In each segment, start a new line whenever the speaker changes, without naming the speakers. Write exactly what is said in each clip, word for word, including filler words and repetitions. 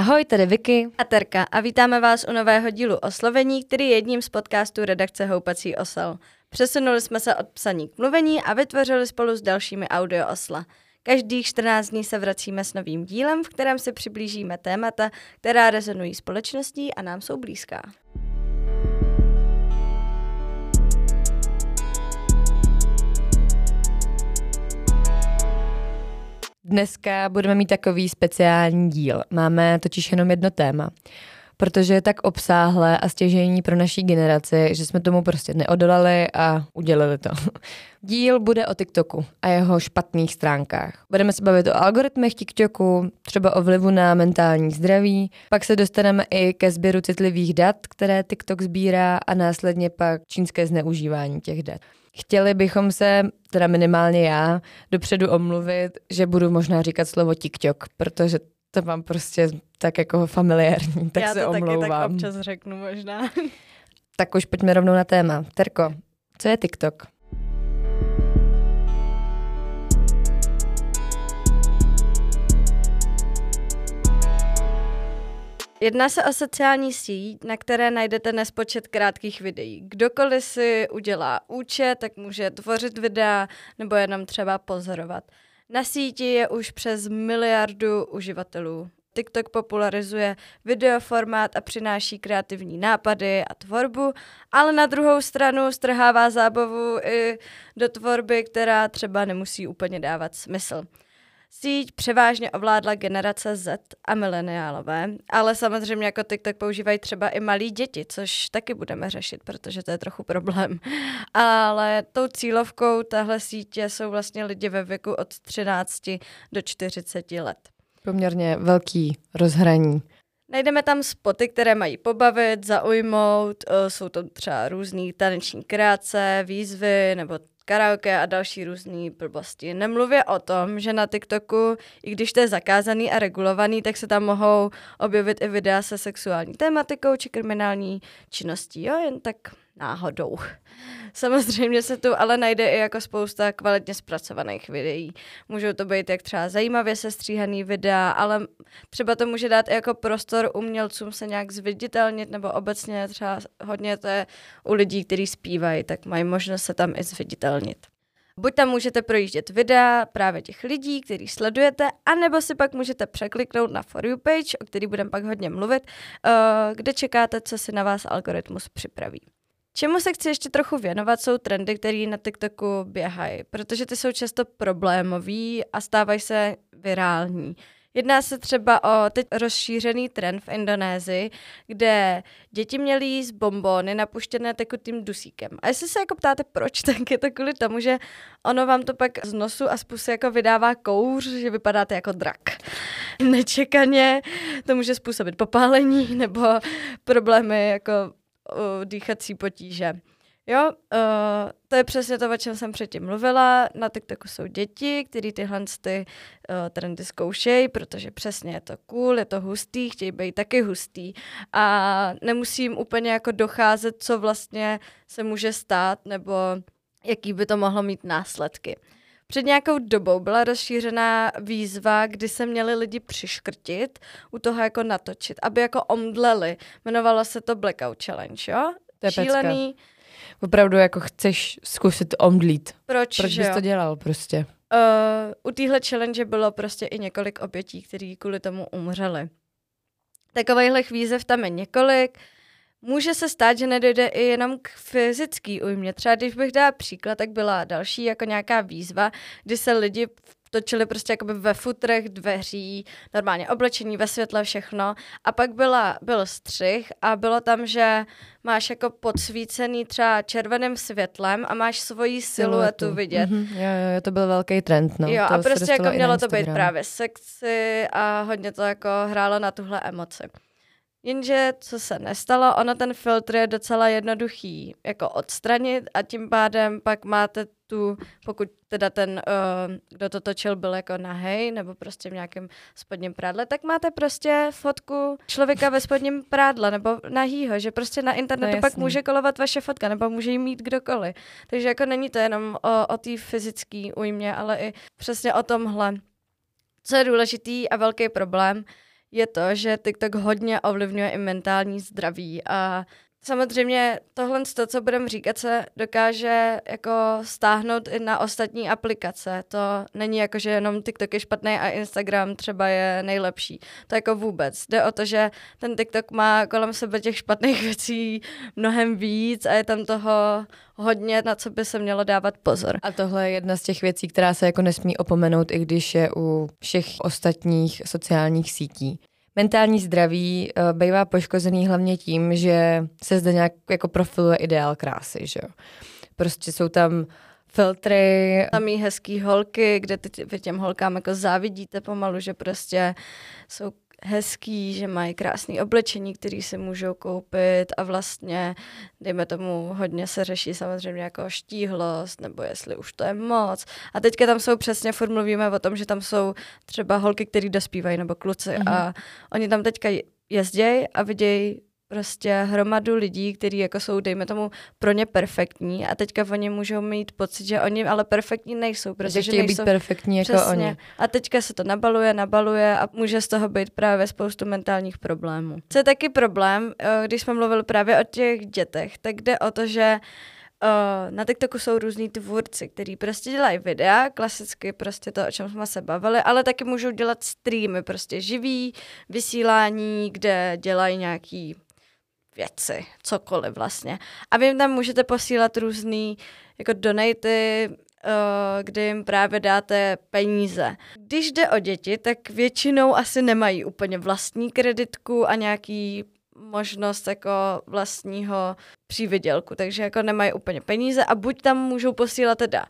Ahoj, tady Vicky
a Terka a vítáme vás u nového dílu Oslovení, který je jedním z podcastů redakce Houpací osel. Přesunuli jsme se od psaní k mluvení a vytvořili spolu s dalšími audio osla. Každých čtrnáct dní se vracíme s novým dílem, v kterém si přiblížíme témata, která rezonují společností a nám jsou blízká.
Dneska budeme mít takový speciální díl. Máme totiž jenom jedno téma, protože je tak obsáhlé a stěžejní pro naší generaci, že jsme tomu prostě neodolali a udělali to. Díl bude o TikToku a jeho špatných stránkách. Budeme se bavit o algoritmech TikToku, třeba o vlivu na mentální zdraví, pak se dostaneme i ke sběru citlivých dat, které TikTok sbírá a následně pak čínské zneužívání těch dat. Chtěli bychom se, teda minimálně já, dopředu omluvit, že budu možná říkat slovo TikTok, protože to mám prostě tak jako familiární, tak
já
se
to
omlouvám.
taky tak občas řeknu možná.
Tak už pojďme rovnou na téma. Terko, co je TikTok?
Jedná se o sociální síť, na které najdete nespočet krátkých videí. Kdokoliv si udělá účet, tak může tvořit videa nebo jenom třeba pozorovat. Na síti je už přes miliardu uživatelů. TikTok popularizuje videoformát a přináší kreativní nápady a tvorbu, ale na druhou stranu strhává zábavu i do tvorby, která třeba nemusí úplně dávat smysl. Síť převážně ovládla generace Z a mileniálové, ale samozřejmě jako TikTok používají třeba i malí děti, což taky budeme řešit, protože to je trochu problém. Ale tou cílovkou téhle sítě jsou vlastně lidi ve věku od třinácti do čtyřiceti let.
Poměrně velký rozhraní.
Najdeme tam spoty, které mají pobavit, zaujmout, jsou to třeba různý taneční kreace, výzvy nebo karaoke a další různý blbosti. Nemluvě o tom, že na TikToku, i když to je zakázaný a regulovaný, tak se tam mohou objevit i videa se sexuální tématikou či kriminální činností, jo, jen tak náhodou. Samozřejmě se tu ale najde i jako spousta kvalitně zpracovaných videí. Můžou to být jak třeba zajímavě sestříhaný videa, ale třeba to může dát i jako prostor umělcům se nějak zviditelnit, nebo obecně třeba hodně to je u lidí, kteří zpívají, tak mají možnost se tam i zviditelnit. Buď tam můžete projíždět videa právě těch lidí, který sledujete, anebo si pak můžete překliknout na For You page, o který budeme pak hodně mluvit, kde čekáte, co si na vás algoritmus připraví. Čemu se chci ještě trochu věnovat, jsou trendy, které na TikToku běhají, protože ty jsou často problémový a stávají se virální. Jedná se třeba o teď rozšířený trend v Indonésii, kde děti měly jíst bonbony napuštěné tekutým dusíkem. A jestli se jako ptáte proč, tak je to kvůli tomu, že ono vám to pak z nosu a z pusy jako vydává kouř, že vypadáte jako drak. Nečekaně to může způsobit popálení nebo problémy jako uh, dýchací potíže. Jo, uh, to je přesně to, o čem jsem předtím mluvila. Na TikToku jsou děti, který tyhle ty, uh, trendy zkoušejí, protože přesně je to cool, je to hustý, chtějí být taky hustý. A nemusí jim úplně jako docházet, co vlastně se může stát, nebo jaký by to mohlo mít následky. Před nějakou dobou byla rozšířená výzva, kdy se měli lidi přiškrtit, u toho jako natočit, aby jako omdleli. Jmenovalo se to Blackout Challenge, jo?
To je
Šílený.
pecka. Opravdu jako chceš zkusit omdlít.
Proč,
Proč bys
jo?
to dělal prostě?
Uh, u téhle challenge bylo prostě i několik obětí, kteří kvůli tomu umřeli. Takovejhlech výzev tam je několik. Může se stát, že nedojde i jenom k fyzický újmě. Třeba když bych dala příklad, tak byla další jako nějaká výzva, kdy se lidi točili prostě jakoby ve futrech dveří, normálně oblečení, ve světle, všechno. A pak byla, byl střih a bylo tam, že máš jako podsvícený třeba červeným světlem a máš svoji siluetu vidět.
Mm-hmm. Jo, jo, to byl velký trend, no.
Jo,
to
a prostě jako mělo to být
Instagram.
právě sexy a hodně to jako hrálo na tuhle emoci. Jenže co se nestalo, ono ten filtr je docela jednoduchý jako odstranit a tím pádem pak máte tu, pokud teda ten, uh, kdo to točil, byl jako nahej nebo prostě v nějakém spodním prádle, tak máte prostě fotku člověka ve spodním prádle nebo nahýho, že prostě na internetu
no,
pak může kolovat vaše fotka nebo může jí mít kdokoliv. Takže jako není to jenom o, o té fyzické újmě, ale i přesně o tomhle. Co je důležitý a velký problém, je to, že TikTok hodně ovlivňuje i mentální zdraví a samozřejmě tohle, to, co budeme říkat, se dokáže jako stáhnout i na ostatní aplikace. To není jako, že jenom TikTok je špatný a Instagram třeba je nejlepší. To jako vůbec. Jde o to, že ten TikTok má kolem sebe těch špatných věcí mnohem víc a je tam toho hodně, na co by se mělo dávat pozor.
A tohle je jedna z těch věcí, která se jako nesmí opomenout, i když je u všech ostatních sociálních sítí. Mentální zdraví uh, bývá poškozený hlavně tím, že se zde nějak jako profiluje ideál krásy, že jo. Prostě jsou tam filtry.
Tam jí hezký holky, kde ty, vy těm holkám jako závidíte pomalu, že prostě jsou hezký, že mají krásný oblečení, který si můžou koupit a vlastně, dejme tomu, hodně se řeší samozřejmě jako štíhlost, nebo jestli už to je moc. A teďka tam jsou přesně, furt mluvíme o tom, že tam jsou třeba holky, který dospívají, nebo kluci mm-hmm. a oni tam teďka jezdějí a vidějí prostě hromadu lidí, kteří jako jsou, dejme tomu, pro ně perfektní a teďka oni můžou mít pocit, že oni ale perfektní nejsou, protože
chtějí
nejsou
být perfektní jako
přesně.
oni.
A teďka se to nabaluje, nabaluje a může z toho být právě spoustu mentálních problémů. Co je taky problém, když jsme mluvili právě o těch dětech, tak jde o to, že Uh, na TikToku jsou různý tvůrci, kteří prostě dělají videa, klasicky prostě to, o čem jsme se bavili, ale taky můžou dělat streamy, prostě živý vysílání, kde dělají nějaký věci, cokoliv vlastně. A vy jim tam můžete posílat různý jako donaty, uh, kdy jim právě dáte peníze. Když jde o děti, tak většinou asi nemají úplně vlastní kreditku a nějaký možnost jako vlastního přívydělku, takže jako nemají úplně peníze a buď tam můžou posílat teda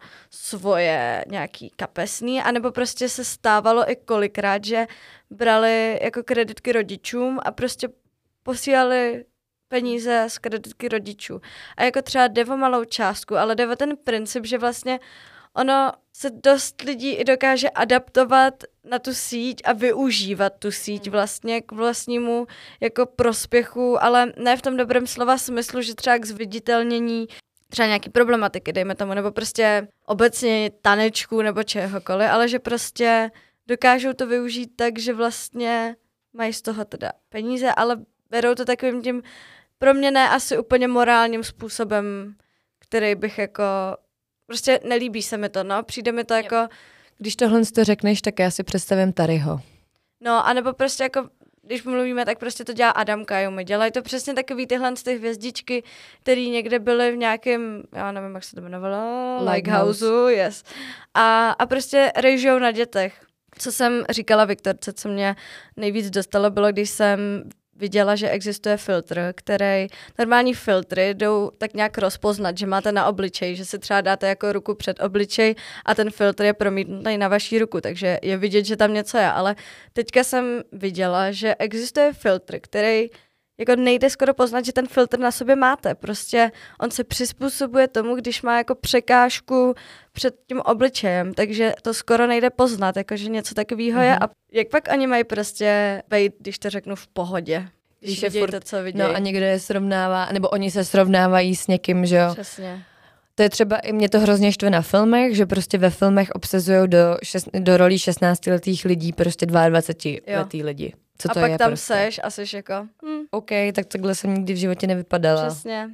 svoje nějaký kapesný, anebo prostě se stávalo i kolikrát, že brali jako kreditky rodičům a prostě posílali peníze z kreditky rodičů. A jako třeba jde o malou částku, ale jde o ten princip, že vlastně ono se dost lidí i dokáže adaptovat na tu síť a využívat tu síť vlastně k vlastnímu jako prospěchu, ale ne v tom dobrém slova smyslu, že třeba k zviditelnění třeba nějaký problematiky, dejme tomu, nebo prostě obecně tanečků nebo čehokoliv, ale že prostě dokážou to využít tak, že vlastně mají z toho teda peníze, ale berou to takovým tím pro mě ne asi úplně morálním způsobem, který bych jako prostě nelíbí se mi to, no, přijde mi to jako...
Když tohle to řekneš, tak já si představím Taryho.
No, anebo prostě jako, když mluvíme, tak prostě to dělá Adam Kajumi. Dělají to přesně takový tyhle ty hvězdičky, které někde byly v nějakém, já nevím, jak se to jmenovalo, Lighthouse, yes. A, a prostě rejžou na dětech. Co jsem říkala Viktorce, co mě nejvíc dostalo, bylo, když jsem viděla, že existuje filtr, který, normální filtry jdou tak nějak rozpoznat, že máte na obličej, že si třeba dáte jako ruku před obličej a ten filtr je promítnutý na vaší ruku, takže je vidět, že tam něco je, ale teďka jsem viděla, že existuje filtr, který jako nejde skoro poznat, že ten filtr na sobě máte, prostě on se přizpůsobuje tomu, když má jako překážku před tím obličejem, takže to skoro nejde poznat, jakože něco takového mm-hmm. je a jak pak oni mají prostě být, když to řeknu, v pohodě, když, když vidějí furt, to, co vidějí.
No a někdo je srovnává, nebo oni se srovnávají s někým, že jo.
Přesně.
To je třeba, i mě to hrozně štve na filmech, že prostě ve filmech obsazují do, šest, do rolí šestnáctiletých lidí prostě dvacetiletý lidi. Co
a
to
pak
je
tam
prostě?
seš a seš jako... Hm.
OK, tak takhle jsem nikdy v životě nevypadala.
Přesně.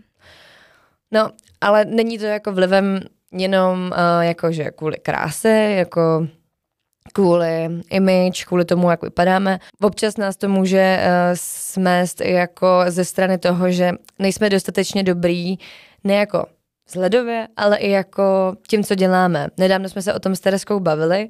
No, ale není to jako vlivem jenom uh, jakože kvůli kráse, jako kvůli image, kvůli tomu, jak vypadáme. Občas nás to může uh, smést jako ze strany toho, že nejsme dostatečně dobrý, ne jako vzhledově, ale i jako tím, co děláme. Nedávno jsme se o tom s Tereskou bavili,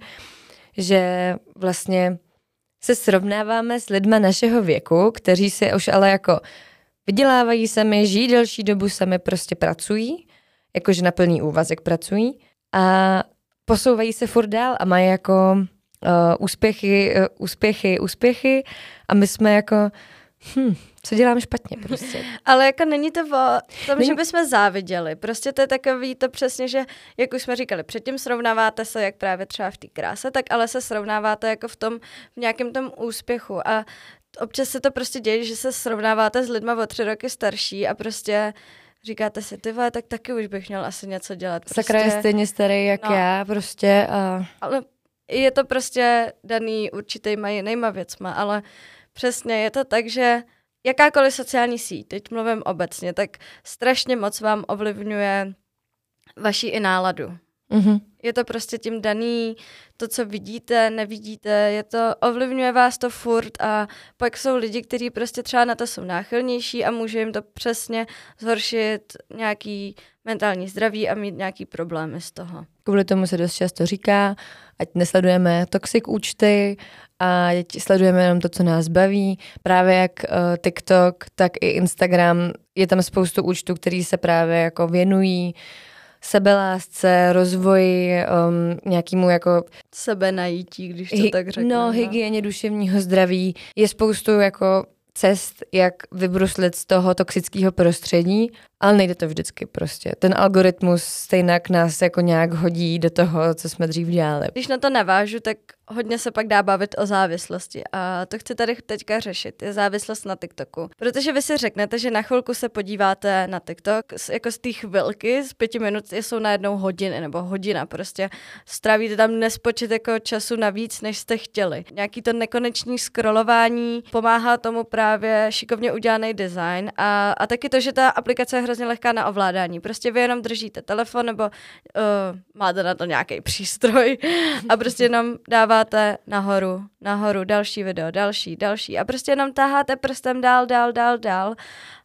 že vlastně se srovnáváme s lidma našeho věku, kteří si už ale jako vydělávají sami, žijí delší dobu sami, prostě pracují, jakože na plný úvazek pracují a posouvají se furt dál a mají jako uh, úspěchy, uh, úspěchy, úspěchy a my jsme jako, hm, co dělám špatně prostě.
Ale jako není to o tom, není... že bychom záviděli. Prostě to je takový to přesně, že jak už jsme říkali, předtím srovnáváte se jak právě třeba v té kráse, tak ale se srovnáváte jako v tom, v nějakém tom úspěchu a občas se to prostě děje, že se srovnáváte s lidma o tři roky starší a prostě říkáte si, ty vole, tak taky už bych měl asi něco dělat. Prostě...
Sakra je stejně starý jak no. já prostě. A...
Ale je to prostě daný určitýma jinýma věcma, ale Přesně, je to tak, že jakákoliv sociální síť, teď mluvím obecně, tak strašně moc vám ovlivňuje vaši i náladu.
Mm-hmm.
Je to prostě tím daný, to, co vidíte, nevidíte, je to, ovlivňuje vás to furt a pak jsou lidi, kteří prostě třeba na to jsou náchylnější a může jim to přesně zhoršit nějaký mentální zdraví a mít nějaký problémy z toho.
Kvůli tomu se dost často říká, ať nesledujeme toxic účty a ať sledujeme jenom to, co nás baví. Právě jak uh, TikTok, tak i Instagram, je tam spoustu účtů, který se právě jako věnují sebelásce, rozvoji, um, nějakému jako
sebenajítí, když to hy- tak řeknu.
No, hygieně duševního zdraví. Je spoustu jako cest, jak vybruslit z toho toxického prostředí, ale nejde to vždycky prostě. Ten algoritmus stejně nás jako nějak hodí do toho, co jsme dřív dělali.
Když na to navážu, tak hodně se pak dá bavit o závislosti a to chci tady teďka řešit, je závislost na TikToku. Protože vy si řeknete, že na chvilku se podíváte na TikTok, jako z té chvilky, z pěti minut jsou najednou hodiny nebo hodina prostě. Strávíte tam nespočet jako času navíc, než jste chtěli. Nějaký to nekonečný scrollování pomáhá tomu právě šikovně udělaný design a, a taky to, že ta aplikace je hrozně lehká na ovládání. Prostě vy jenom držíte telefon nebo uh, máte na to nějaký přístroj a prostě jenom dáváte nahoru, nahoru, další video, další, další a prostě jenom taháte prstem dál, dál, dál, dál.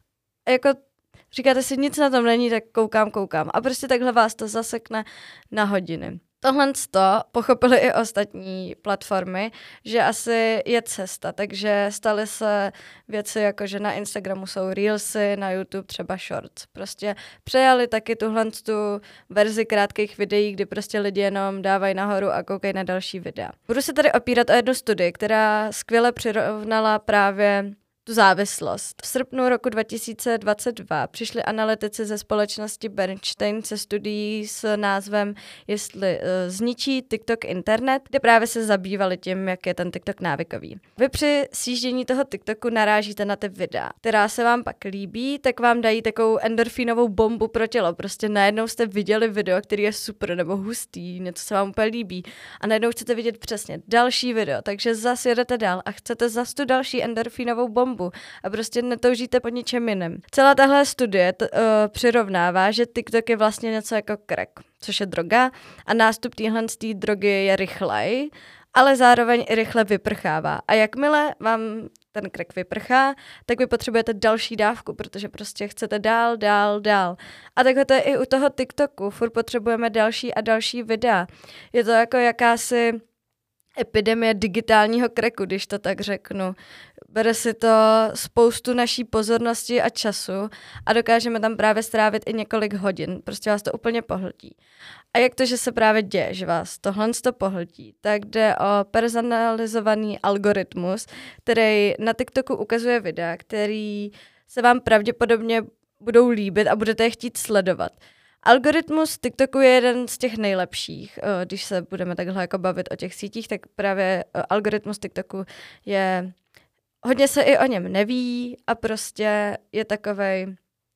A jako říkáte si, nic na tom není, tak koukám, koukám. A prostě takhle vás to zasekne na hodiny. Tohle to pochopili i ostatní platformy, že asi je cesta, takže staly se věci jako, že na Instagramu jsou Reelsy, na YouTube třeba Shorts. Prostě přejali taky tuhle tu verzi krátkých videí, kdy prostě lidi jenom dávají nahoru a koukají na další videa. Budu se tady opírat o jednu studii, která skvěle přirovnala právě tu závislost. V srpnu roku dva tisíce dvacet dva přišli analytici ze společnosti Bernstein se studií s názvem Jestli uh, zničí TikTok internet, kde právě se zabývali tím, jak je ten TikTok návykový. Vy při sjíždění toho TikToku narážíte na ty videa, která se vám pak líbí, tak vám dají takovou endorfinovou bombu pro tělo. Prostě najednou jste viděli video, který je super nebo hustý, něco se vám úplně líbí a najednou chcete vidět přesně další video, takže zase jedete dál a chcete zase tu další endorfinovou bombu a prostě netoužíte po ničem jiném. Celá tahle studie t- uh, přirovnává, že TikTok je vlastně něco jako crack, což je droga a nástup téhle drogy je rychlej, ale zároveň i rychle vyprchává. A jakmile vám ten crack vyprchá, tak vy potřebujete další dávku, protože prostě chcete dál, dál, dál. A takhle to je i u toho TikToku. Furt potřebujeme další a další videa. Je to jako jakási epidemie digitálního cracku, když to tak řeknu. Bere si to spoustu naší pozornosti a času a dokážeme tam právě strávit i několik hodin. Prostě vás to úplně pohltí. A jak to, že se právě děje, že vás tohle to pohltí, tak jde o personalizovaný algoritmus, který na TikToku ukazuje videa, který se vám pravděpodobně budou líbit a budete je chtít sledovat. Algoritmus TikToku je jeden z těch nejlepších. Když se budeme takhle jako bavit o těch sítích, tak právě algoritmus TikToku je... Hodně se i o něm neví a prostě je takovej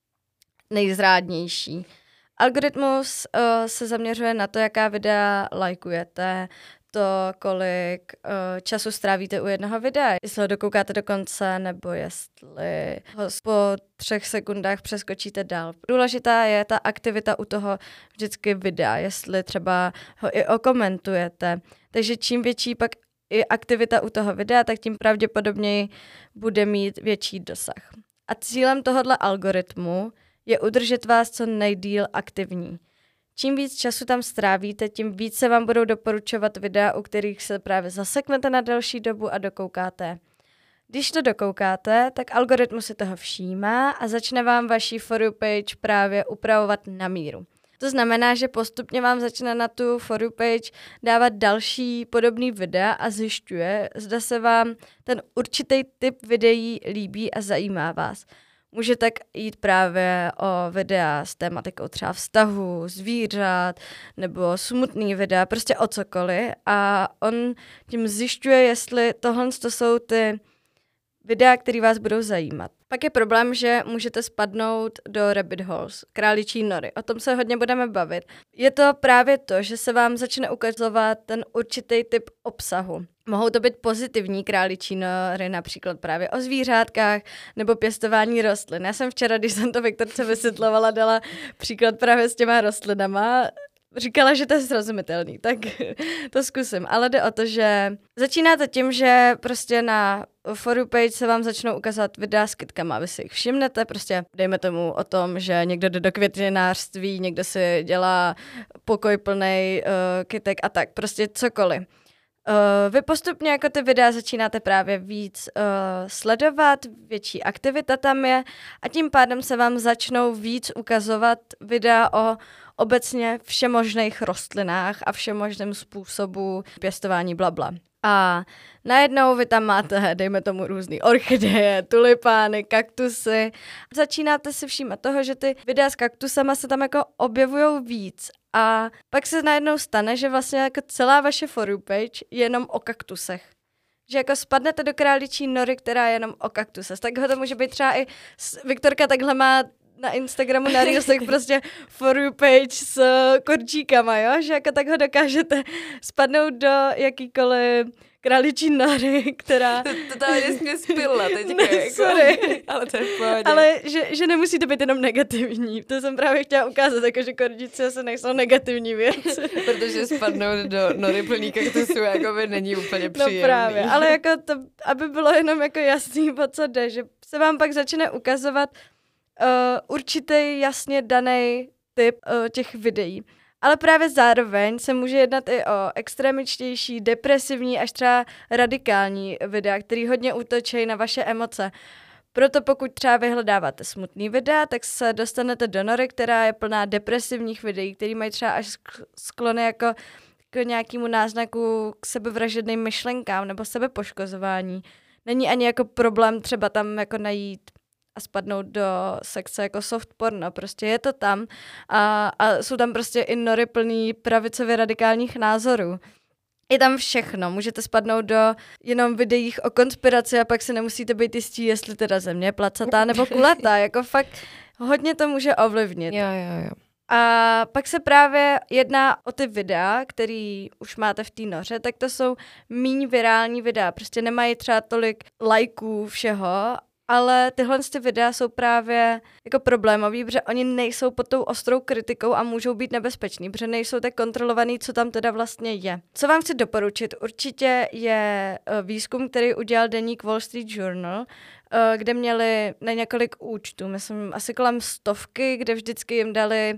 nejzrádnější. Algoritmus uh, se zaměřuje na to, jaká videa lajkujete, to, kolik uh, času strávíte u jednoho videa, jestli ho dokoukáte do konce, nebo jestli ho po třech sekundách přeskočíte dál. Důležitá je ta aktivita u toho vždycky videa, jestli třeba ho i okomentujete. Takže čím větší pak i aktivita u toho videa, tak tím pravděpodobně bude mít větší dosah. A cílem tohohle algoritmu je udržet vás co nejdýl aktivní. Čím víc času tam strávíte, tím víc se vám budou doporučovat videa, u kterých se právě zaseknete na delší dobu a dokoukáte. Když to dokoukáte, tak algoritmus si toho všímá a začne vám vaši For You page právě upravovat na míru. To znamená, že postupně vám začne na tu For You page dávat další podobný videa a zjišťuje, zda se vám ten určitý typ videí líbí a zajímá vás. Může tak jít právě o videa s tématikou třeba vztahu, zvířat nebo smutný videa, prostě o cokoliv a on tím zjišťuje, jestli tohle to jsou ty videa, které vás budou zajímat. Pak je problém, že můžete spadnout do rabbit holes, králičí nory. O tom se hodně budeme bavit. Je to právě to, že se vám začne ukazovat ten určitý typ obsahu. Mohou to být pozitivní králičí nory, například právě o zvířátkách nebo pěstování rostlin. Já jsem včera, když jsem to Viktorce vysvětlovala, dala příklad právě s těma rostlinama. Říkala, že to je srozumitelný, tak to zkusím. Ale jde o to, že začínáte tím, že prostě na For You page se vám začnou ukazovat videa s kytkama, vy si jich všimnete, prostě dejme tomu o tom, že někdo jde do květinářství, někdo si dělá pokoj plnej uh, kytek a tak, prostě cokoliv. Uh, vy postupně jako ty videa začínáte právě víc uh, sledovat, větší aktivita tam je a tím pádem se vám začnou víc ukazovat videa o obecně všemožných rostlinách a všemožném způsobu pěstování blabla. A najednou vy tam máte, dejme tomu, různý orchideje, tulipány, kaktusy. Začínáte si všímat toho, že ty videa s kaktusama se tam jako objevujou víc. A pak se najednou stane, že vlastně jako celá vaše For You page je jenom o kaktusech. Že jako spadnete do králičí nory, která je jenom o kaktusech. Takhle to může být třeba i, Viktorka takhle má na Instagramu, na Reelsech prostě For You page s korčíkama, jo? Že jako tak ho dokážete spadnout do jakýkoliv králičí nory, která...
To, to tam je mě spilla teďka.
Ne,
jako.
sorry.
Ale to je v pohodě.
Ale že, že nemusí to být jenom negativní. To jsem právě chtěla ukázat, jako že korčíci se nejsou negativní věc.
Protože spadnout do nory plný kaktusů jako by není úplně příjemný.
No právě, ale jako to, aby bylo jenom jako jasný, o co jde, že se vám pak začne ukazovat uh, určitý jasně daný typ uh, těch videí. Ale právě zároveň se může jednat i o extrémičtější, depresivní až třeba radikální videa, který hodně útočí na vaše emoce. Proto pokud třeba vyhledáváte smutný videa, tak se dostanete do nory, která je plná depresivních videí, které mají třeba až sklony jako k nějakému náznaku k sebevražedným myšlenkám nebo sebepoškozování. Není ani jako problém třeba tam jako najít a spadnout do sekce jako soft porno. Prostě je to tam a, a jsou tam prostě i nory plný pravicově radikálních názorů. Je tam všechno. Můžete spadnout do jenom videích o konspiraci a pak se nemusíte být jistí, jestli teda země je placatá nebo kulatá. Jako fakt hodně to může ovlivnit.
Jo, jo, jo.
A pak se právě jedná o ty videa, který už máte v té noře, tak to jsou míň virální videa. Prostě nemají třeba tolik lajků všeho, ale tyhle ty videa jsou právě jako problémový, protože oni nejsou pod tou ostrou kritikou a můžou být nebezpeční, protože nejsou tak kontrolovaný, co tam teda vlastně je. Co vám chci doporučit? Určitě je výzkum, který udělal deník Wall Street Journal, kde měli na několik účtů, myslím asi kolem stovky, kde vždycky jim dali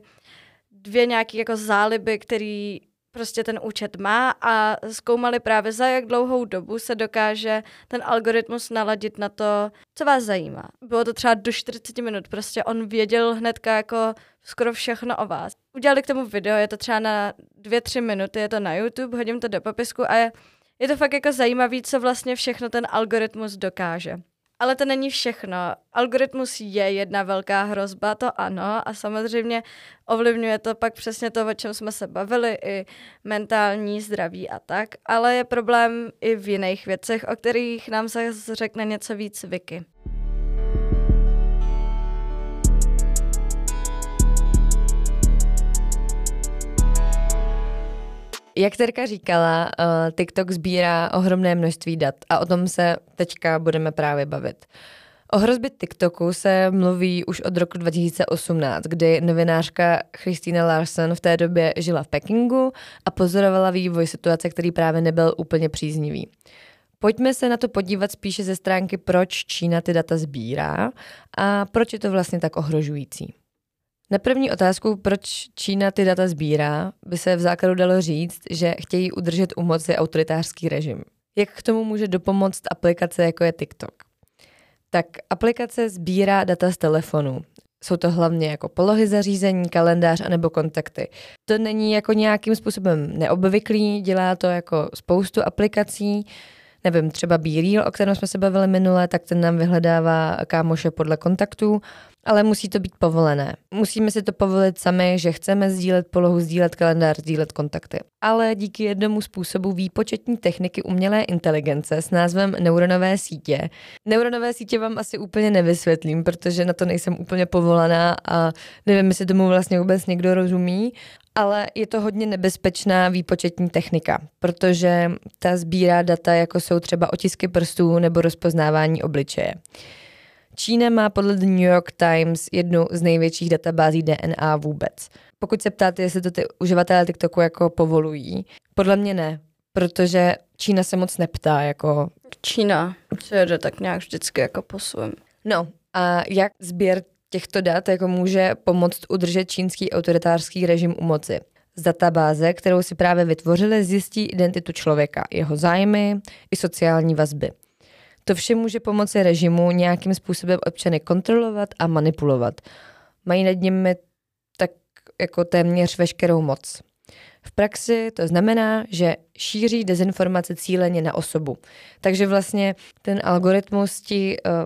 dvě nějaké jako záliby, který prostě ten účet má a zkoumali právě za jak dlouhou dobu se dokáže ten algoritmus naladit na to, co vás zajímá. Bylo to třeba do čtyřicet minut, prostě on věděl hnedka jako skoro všechno o vás. Udělali k tomu video, je to třeba na dvě, tři minuty, je to na YouTube, hodím to do popisku a je, je to fakt jako zajímavý, co vlastně všechno ten algoritmus dokáže. Ale to není všechno. Algoritmus je jedna velká hrozba, to ano, a samozřejmě ovlivňuje to pak přesně to, o čem jsme se bavili, i mentální zdraví a tak, ale je problém i v jiných věcech, o kterých nám se řekne něco víc Vicky.
Jak Terka říkala, uh, TikTok sbírá ohromné množství dat a o tom se teďka budeme právě bavit. O hrozbě TikToku se mluví už od roku dva tisíce osmnáct, kdy novinářka Christina Larson v té době žila v Pekingu a pozorovala vývoj situace, který právě nebyl úplně příznivý. Pojďme se na to podívat spíše ze stránky, proč Čína ty data sbírá a proč je to vlastně tak ohrožující. Na první otázku, proč Čína ty data sbírá, by se v základu dalo říct, že chtějí udržet u moci autoritářský režim. Jak k tomu může dopomoct aplikace, jako je TikTok? Tak aplikace sbírá data z telefonu. Jsou to hlavně jako polohy zařízení, kalendář anebo kontakty. To není jako nějakým způsobem neobvyklý, dělá to jako spoustu aplikací. Nevím, třeba BeReal, o kterém jsme se bavili minule, tak ten nám vyhledává kámoše podle kontaktů. ale musí to být povolené. Musíme si to povolit sami, že chceme sdílet polohu, sdílet kalendář, sdílet kontakty. Ale díky jednomu způsobu výpočetní techniky umělé inteligence s názvem neuronové sítě. Neuronové sítě vám asi úplně nevysvětlím, protože na to nejsem úplně povolaná a nevím, jestli tomu vlastně vůbec někdo rozumí, ale je to hodně nebezpečná výpočetní technika, protože ta sbírá data, jako jsou třeba otisky prstů nebo rozpoznávání obličeje. Čína má podle The New York Times jednu z největších databází D N A vůbec. Pokud se ptáte, jestli to ty uživatelé TikToku jako povolují, podle mě ne, protože Čína se moc neptá. Jako...
Čína se jede tak nějak vždycky jako po svém.
No a jak sběr těchto dat jako může pomoct udržet čínský autoritářský režim u moci? Z databáze, kterou si právě vytvořili, zjistí identitu člověka, jeho zájmy i sociální vazby. To vše může pomoci režimu nějakým způsobem občany kontrolovat a manipulovat. Mají nad nimi tak jako téměř veškerou moc. V praxi to znamená, že šíří dezinformace cíleně na osobu. Takže vlastně ten algoritmus ti uh,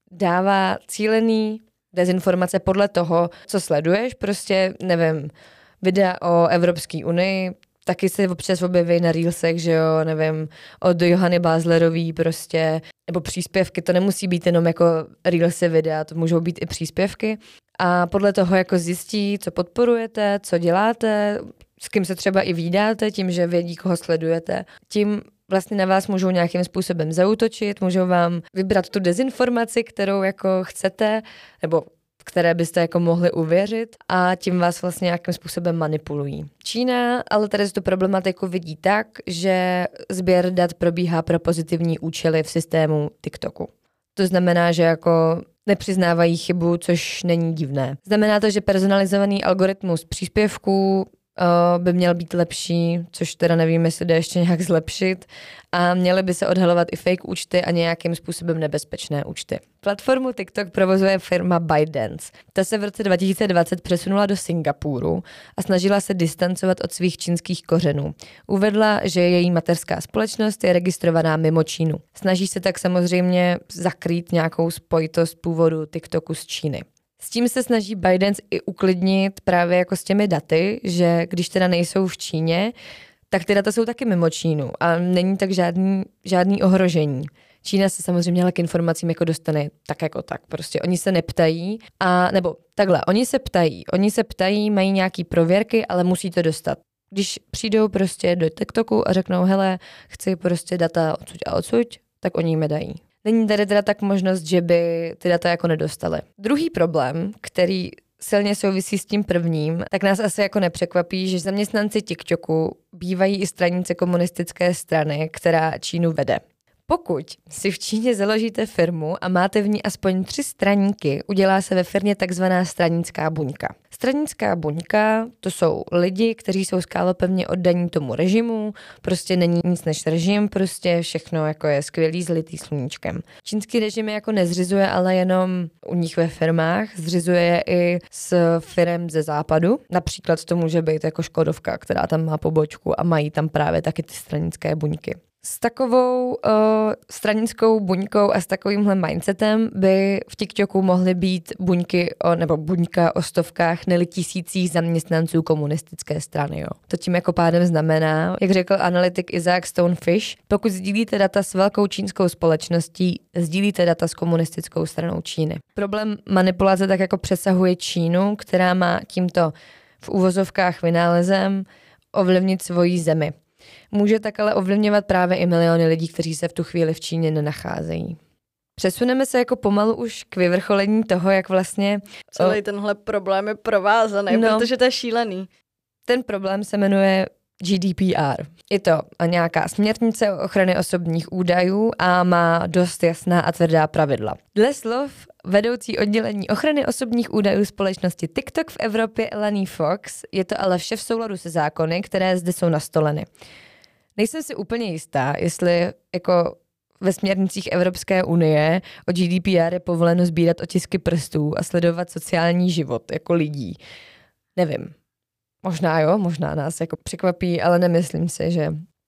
dává cílený dezinformace podle toho, co sleduješ. Prostě, nevím, videa o Evropské unii, taky se občas objeví na Reelsech, že jo, nevím, od Johany Bázlerový prostě, nebo příspěvky, to nemusí být jenom jako Reelsy videa, to můžou být i příspěvky. A podle toho jako zjistí, co podporujete, co děláte, s kým se třeba i vídáte, tím, že vědí, koho sledujete. Tím vlastně na vás můžou nějakým způsobem zaútočit, můžou vám vybrat tu dezinformaci, kterou jako chcete, nebo které byste jako mohli uvěřit a tím vás vlastně nějakým způsobem manipulují. Čína ale tady tu problematiku vidí tak, že sběr dat probíhá pro pozitivní účely v systému TikToku. To znamená, že jako nepřiznávají chybu, což není divné. Znamená to, že personalizovaný algoritmus příspěvků Uh, by měl být lepší, což teda nevím, jestli jde ještě nějak zlepšit a měly by se odhalovat i fake účty a nějakým způsobem nebezpečné účty. Platformu TikTok provozuje firma ByteDance. Ta se v roce dva tisíce dvacet přesunula do Singapuru a snažila se distancovat od svých čínských kořenů. Uvedla, že její mateřská společnost je registrovaná mimo Čínu. Snaží se tak samozřejmě zakrýt nějakou spojitost původu TikToku z Číny. S tím se snaží ByteDance i uklidnit právě jako s těmi daty, že když teda nejsou v Číně, tak ty data jsou taky mimo Čínu a není tak žádný, žádný ohrožení. Čína se samozřejmě ale k informacím jako dostane tak jako tak. Prostě oni se neptají a nebo takhle, oni se ptají, oni se ptají, mají nějaký prověrky, ale musí to dostat. Když přijdou prostě do TikToku a řeknou, hele, chci prostě data odsuť a odsuť, tak oni jim dají. Není tady teda tak možnost, že by ty data jako nedostali. Druhý problém, který silně souvisí s tím prvním, tak nás asi jako nepřekvapí, že zaměstnanci TikToku bývají i straníci komunistické strany, která Čínu vede. Pokud si v Číně založíte firmu a máte v ní aspoň tři straníky, udělá se ve firmě takzvaná stranická buňka. Stranická buňka, to jsou lidi, kteří jsou skálopevně oddaní tomu režimu, prostě není nic než režim, prostě všechno jako je skvělý, zlitý sluníčkem. Čínský režim je jako nezřizuje, ale jenom u nich ve firmách, zřizuje je i s firem ze západu. Například to může být jako Škodovka, která tam má pobočku a mají tam právě taky ty stranické buňky. S takovou uh, stranickou buňkou a s takovýmhle mindsetem by v TikToku mohly být buňky o, nebo buňka o stovkách, neli tisících zaměstnanců komunistické strany. Jo. To tím jako pádem znamená, jak řekl analytik Isaac Stonefish, pokud sdílíte data s velkou čínskou společností, sdílíte data s komunistickou stranou Číny. Problém manipulace tak jako přesahuje Čínu, která má tímto v uvozovkách vynálezem ovlivnit svoji zemi. Může tak ale ovlivňovat právě i miliony lidí, kteří se v tu chvíli v Číně nenacházejí. Přesuneme se jako pomalu už k vyvrcholení toho, jak vlastně...
Celý o... tenhle problém je provázaný, no, protože to je šílený.
Ten problém se jmenuje G D P R. Je to nějaká směrnice o ochrany osobních údajů a má dost jasná a tvrdá pravidla. Dle slov vedoucí oddělení ochrany osobních údajů společnosti TikTok v Evropě Elanie Fox je to ale vše v souladu se zákony, které zde jsou nastoleny. Nejsem si úplně jistá, jestli jako ve směrnicích Evropské unie o G D P R je povoleno sbírat otisky prstů a sledovat sociální život jako lidí. Nevím. Možná jo, možná nás jako překvapí, ale nemyslím si, že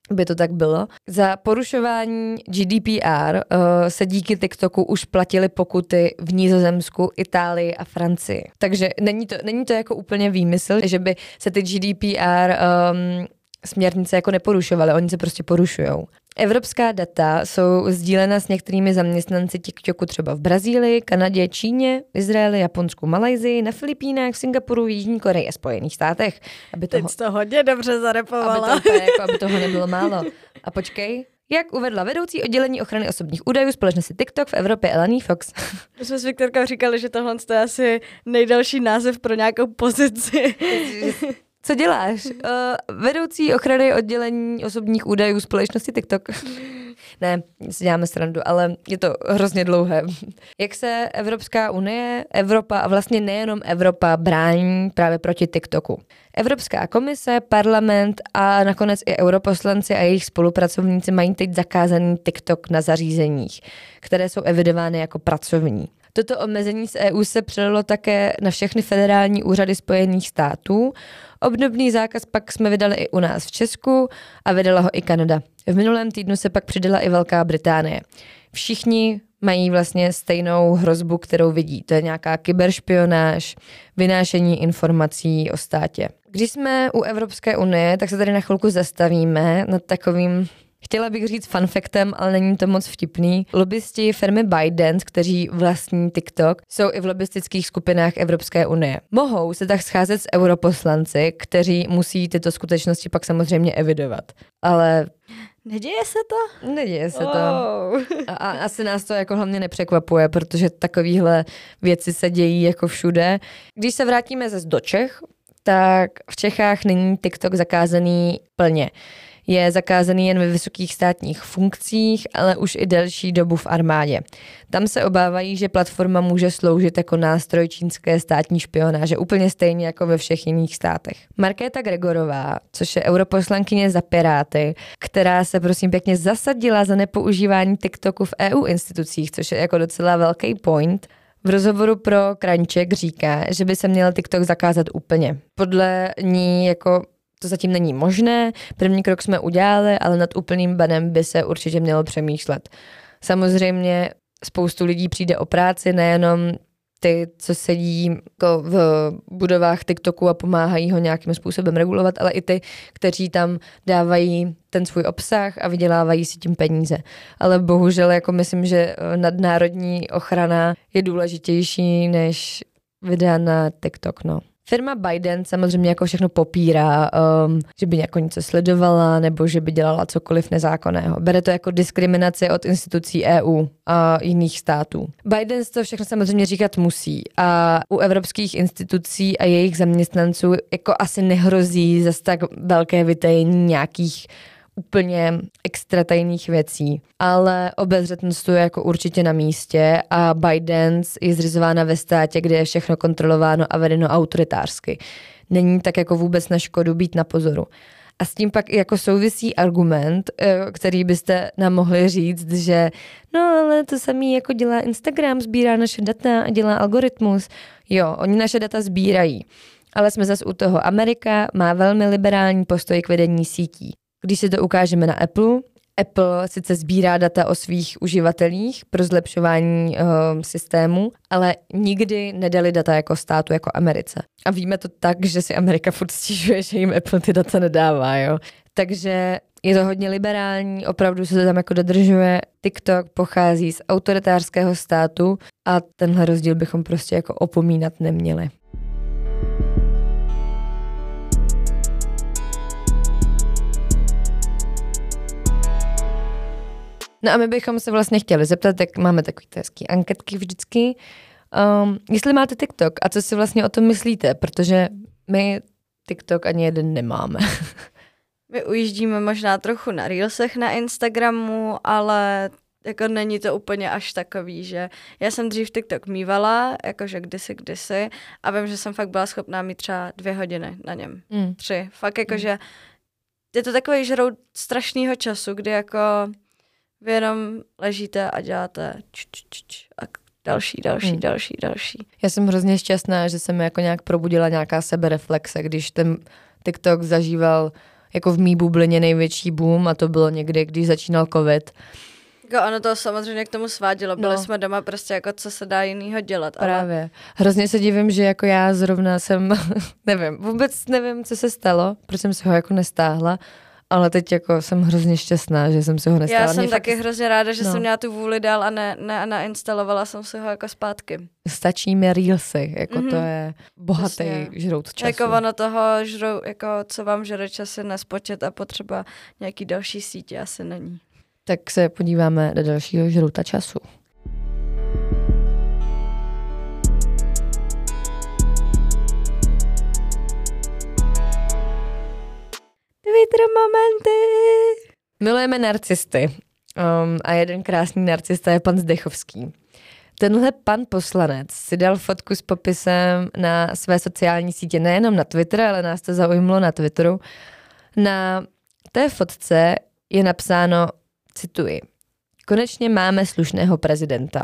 by to tak bylo. Za porušování G D P R uh, se díky TikToku už platily pokuty v Nizozemsku, Itálii a Francii. Takže není to, není to jako úplně výmysl, že by se ty G D P R um, směrnice jako neporušovaly, oni se prostě porušujou. Evropská data jsou sdílena s některými zaměstnanci TikToku třeba v Brazílii, Kanadě, Číně, Izraeli, Japonsku, Malajsii, na Filipínách, Singapuru, Jižní Koreji a Spojených státech. Aby toho,
Teď to hodně dobře zarepovala.
Aby, to, jako, aby toho nebylo málo. A počkej, jak uvedla vedoucí oddělení ochrany osobních údajů společnosti TikTok v Evropě Elanie Fox.
My jsme s Viktorkou říkali, že tohle je asi nejdelší název pro nějakou pozici.
Co děláš? Uh, vedoucí ochrany oddělení osobních údajů společnosti TikTok. Ne, si děláme srandu, ale je to hrozně dlouhé. Jak se Evropská unie, Evropa a vlastně nejenom Evropa brání právě proti TikToku? Evropská komise, parlament a nakonec i europoslanci a jejich spolupracovníci mají teď zakázaný TikTok na zařízeních, které jsou evidovány jako pracovní. Toto omezení z E U se přelilo také na všechny federální úřady Spojených států. Obdobný zákaz pak jsme vydali i u nás v Česku a vydala ho i Kanada. V minulém týdnu se pak přidala i Velká Británie. Všichni mají vlastně stejnou hrozbu, kterou vidí. To je nějaká kyberšpionáž, vynášení informací o státě. Když jsme u Evropské unie, tak se tady na chvilku zastavíme nad takovým, chtěla bych říct fun factem, ale není to moc vtipný. Lobbysti firmy ByteDance, kteří vlastní TikTok, jsou i v lobbystických skupinách Evropské unie. Mohou se tak scházet s europoslanci, kteří musí tyto skutečnosti pak samozřejmě evidovat. Ale
neděje se to?
Neděje se
oh.
to. A, a asi nás to jako hlavně nepřekvapuje, protože takovéhle věci se dějí jako všude. Když se vrátíme zase do Čech, tak v Čechách není TikTok zakázaný plně. Je zakázaný jen ve vysokých státních funkcích, ale už i delší dobu v armádě. Tam se obávají, že platforma může sloužit jako nástroj čínské státní špionáže, úplně stejně jako ve všech jiných státech. Markéta Gregorová, což je europoslankyně za Piráty, která se prosím pěkně zasadila za nepoužívání TikToku v E U institucích, což je jako docela velký point, v rozhovoru pro Crunchek říká, že by se měl TikTok zakázat úplně. Podle ní jako to zatím není možné, první krok jsme udělali, ale nad úplným banem by se určitě mělo přemýšlet. Samozřejmě spoustu lidí přijde o práci, nejenom ty, co sedí jako v budovách TikToku a pomáhají ho nějakým způsobem regulovat, ale i ty, kteří tam dávají ten svůj obsah a vydělávají si tím peníze. Ale bohužel jako myslím, že nadnárodní ochrana je důležitější než videa na TikTok, no. Firma ByteDance samozřejmě jako všechno popírá, um, že by jako něco sledovala nebo že by dělala cokoliv nezákonného. Bere to jako diskriminaci od institucí E U a jiných států. ByteDance to všechno samozřejmě říkat musí a u evropských institucí a jejich zaměstnanců jako asi nehrozí zase tak velké vytajení nějakých úplně extra tajných věcí, ale obezřetnost je jako určitě na místě a ByteDance je zřizována ve státě, kde je všechno kontrolováno a vedeno autoritářsky. Není tak jako vůbec na škodu být na pozoru. A s tím pak jako souvisí argument, který byste nám mohli říct, že no ale to samý jako dělá Instagram, sbírá naše data a dělá algoritmus. Jo, oni naše data sbírají, ale jsme zase u toho. Amerika má velmi liberální postoj k vedení sítí. Když si to ukážeme na Apple, Apple sice sbírá data o svých uživatelích pro zlepšování uh, systému, ale nikdy nedali data jako státu, jako Americe. A víme to tak, že si Amerika furt stěžuje, že jim Apple ty data nedává, jo. Takže je to hodně liberální, opravdu se to tam jako dodržuje. TikTok pochází z autoritářského státu a tenhle rozdíl bychom prostě jako opomínat neměli. No a my bychom se vlastně chtěli zeptat, jak máme takový hezký anketky vždycky, um, jestli máte TikTok a co si vlastně o tom myslíte, protože my TikTok ani jeden nemáme.
My ujíždíme možná trochu na Reelsech na Instagramu, ale jako není to úplně až takový, že já jsem dřív TikTok mývala, jakože kdysi, kdysi a vím, že jsem fakt byla schopná mít třeba dvě hodiny na něm. Mm. Tři. Fakt jakože mm. je to takový žrout strašnýho času, kdy jako vy jenom ležíte a děláte č, č, č, č, a další, další, hmm. další, další.
Já jsem hrozně šťastná, že se mi jako nějak probudila nějaká sebereflexe, když ten TikTok zažíval jako v mý bublině největší boom a to bylo někdy, když začínal covid.
Jako ono to samozřejmě k tomu svádělo, byli
No.
jsme doma prostě jako co se dá jinýho dělat.
Právě. Ale... Hrozně se divím, že jako já zrovna jsem, nevím, vůbec nevím, co se stalo, proč jsem si ho jako nestáhla, ale teď jako jsem hrozně šťastná, že jsem si ho nestáhla.
Já jsem
Mě
taky
fakt...
hrozně ráda, že
no.
jsem měla tu vůli dál a ne, ne, nainstalovala jsem si ho jako zpátky.
Stačí mi reelsy, jako
Mhm.
to je bohatý
Přesně.
žrout času.
Jako ono toho, žrou, jako co vám žere časy nespočet a potřeba nějaký další sítě asi není.
Tak se podíváme do dalšího žrouta času.
Twitter momenty!
Milujeme narcisty. Um, a jeden krásný narcista je pan Zdechovský. Tenhle pan poslanec si dal fotku s popisem na své sociální sítě, nejenom na Twitter, ale nás to zaujmulo na Twitteru. Na té fotce je napsáno, cituji, konečně máme slušného prezidenta.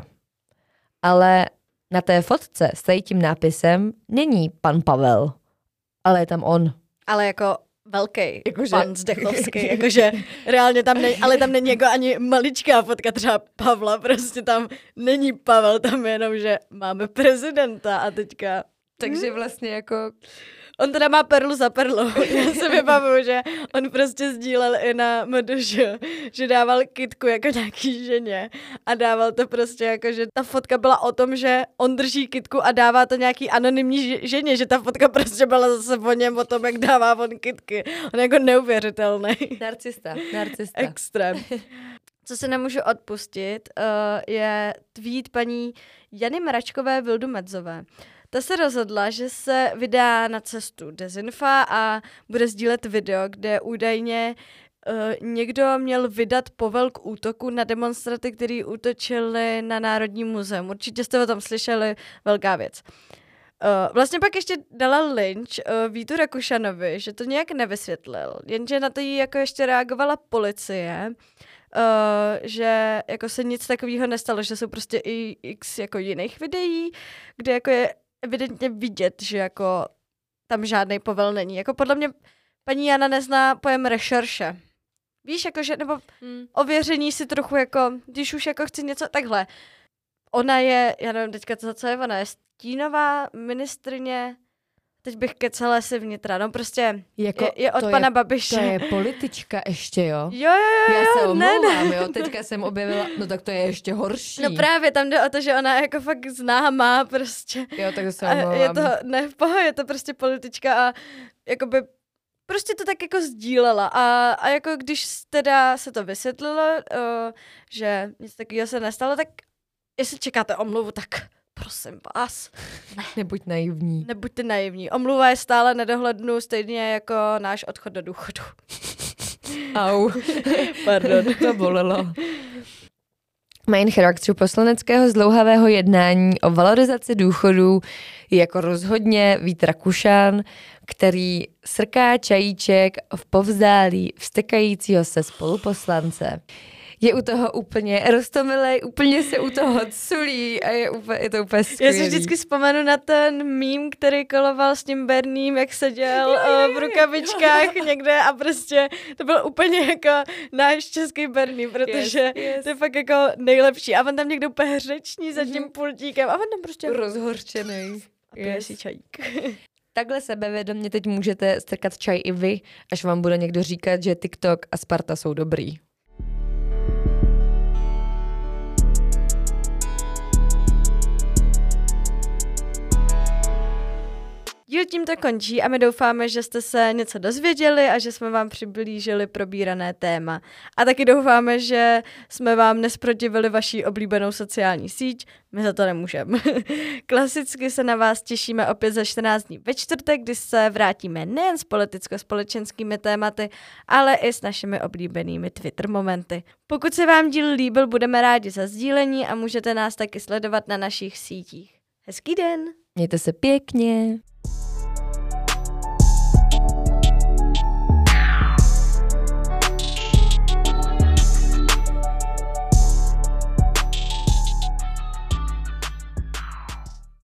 Ale na té fotce s tím nápisem není pan Pavel, ale je tam on.
Ale jako velký
Jakože-
pan Zdechovský, jakože reálně tam není, ale tam není jako ani maličká fotka třeba Pavla, prostě tam není Pavel, tam je jenom, že máme prezidenta a teďka...
Takže vlastně jako...
On teda má perlu za perlou. Já si vybavuju, že on prostě sdílel i na M D Ž, že dával kytku jako nějaký ženě a dával to prostě jako, že ta fotka byla o tom, že on drží kytku a dává to nějaký anonymní ženě, že ta fotka prostě byla zase o něm, o tom, jak dává on kytky. On je jako neuvěřitelný.
Narcista, narcista.
Extrém. Co si nemůžu odpustit, uh, je tweet paní Jany Mračkové Vildumedzové. Ta se rozhodla, že se vydá na cestu dezinfa a bude sdílet video, kde údajně uh, někdo měl vydat povel k útoku na demonstranty, kteří útočili na Národní muzeum. Určitě jste o tom slyšeli, velká věc. Uh, vlastně pak ještě dala lynč uh, Vítu Rakušanovi, že to nějak nevysvětlil, jenže na to jí jako ještě reagovala policie, uh, že jako se nic takového nestalo, že jsou prostě i x jako jiných videí, kde jako je evidentně vidět, že jako tam žádný povel není. Jako podle mě paní Jana nezná pojem rešerše. Víš, jakože, nebo
Hmm.
ověření si trochu jako, když už jako chci něco takhle. Ona je, já nevím teďka, co, co je ona, je stínová ministryně, teď bych kecala si vnitra, no prostě
Jako,
je, je od
to
pana
je,
Babiše.
To je politička ještě, jo?
Jo, jo, jo,
Já se
jo, ne,
omlouvám,
ne.
jo? Teďka jsem objevila, no tak to je ještě horší.
No právě, tam jde o to, že ona jako fakt známá prostě.
Jo, tak se
A
omlouvám.
je to, ne v pohodě, je to prostě politička a jakoby prostě to tak jako sdílela a, a jako když teda se to vysvětlilo, uh, že nic takového se nestalo, tak jestli čekáte omluvu, tak prosím vás,
Nebuď naivní.
nebuďte naivní. Omluva je stále nedohlednu, stejně jako náš odchod do důchodu.
Au.
Pardon.
To bolelo. Main character poslaneckého zdlouhavého jednání o valorizaci důchodů je jako rozhodně Vít Rakušan, který srká čajíček v povzdálí vstekajícího se spoluposlance. Je u toho úplně roztomilej, úplně se u toho culí a je, úplně, je to úplně
Já
skvělý.
si vždycky vzpomenu na ten mím, který koloval s tím Berním, jak seděl
Jo, jo, jo,
uh, v rukavičkách někde a prostě to byl úplně jako náš český Berný, protože
Yes, yes.
to je fakt jako nejlepší. A on tam někdo úplně hřeční za tím pultíkem a on tam prostě
Rozhorčený.
a pije si čajík.
Takhle sebevědomě teď můžete strkat čaj i vy, až vám bude někdo říkat, že TikTok a Sparta jsou dobrý.
Díl tímto končí a my doufáme, že jste se něco dozvěděli a že jsme vám přiblížili probírané téma. A taky doufáme, že jsme vám nesprotivili vaší oblíbenou sociální síť, my za to nemůžeme. Klasicky se na vás těšíme opět za čtrnáct dní ve čtvrtek, kdy se vrátíme nejen s politicko-společenskými tématy, ale i s našimi oblíbenými Twitter momenty. Pokud se vám díl líbil, budeme rádi za sdílení a můžete nás taky sledovat na našich sítích. Hezký den!
Mějte se pěkně.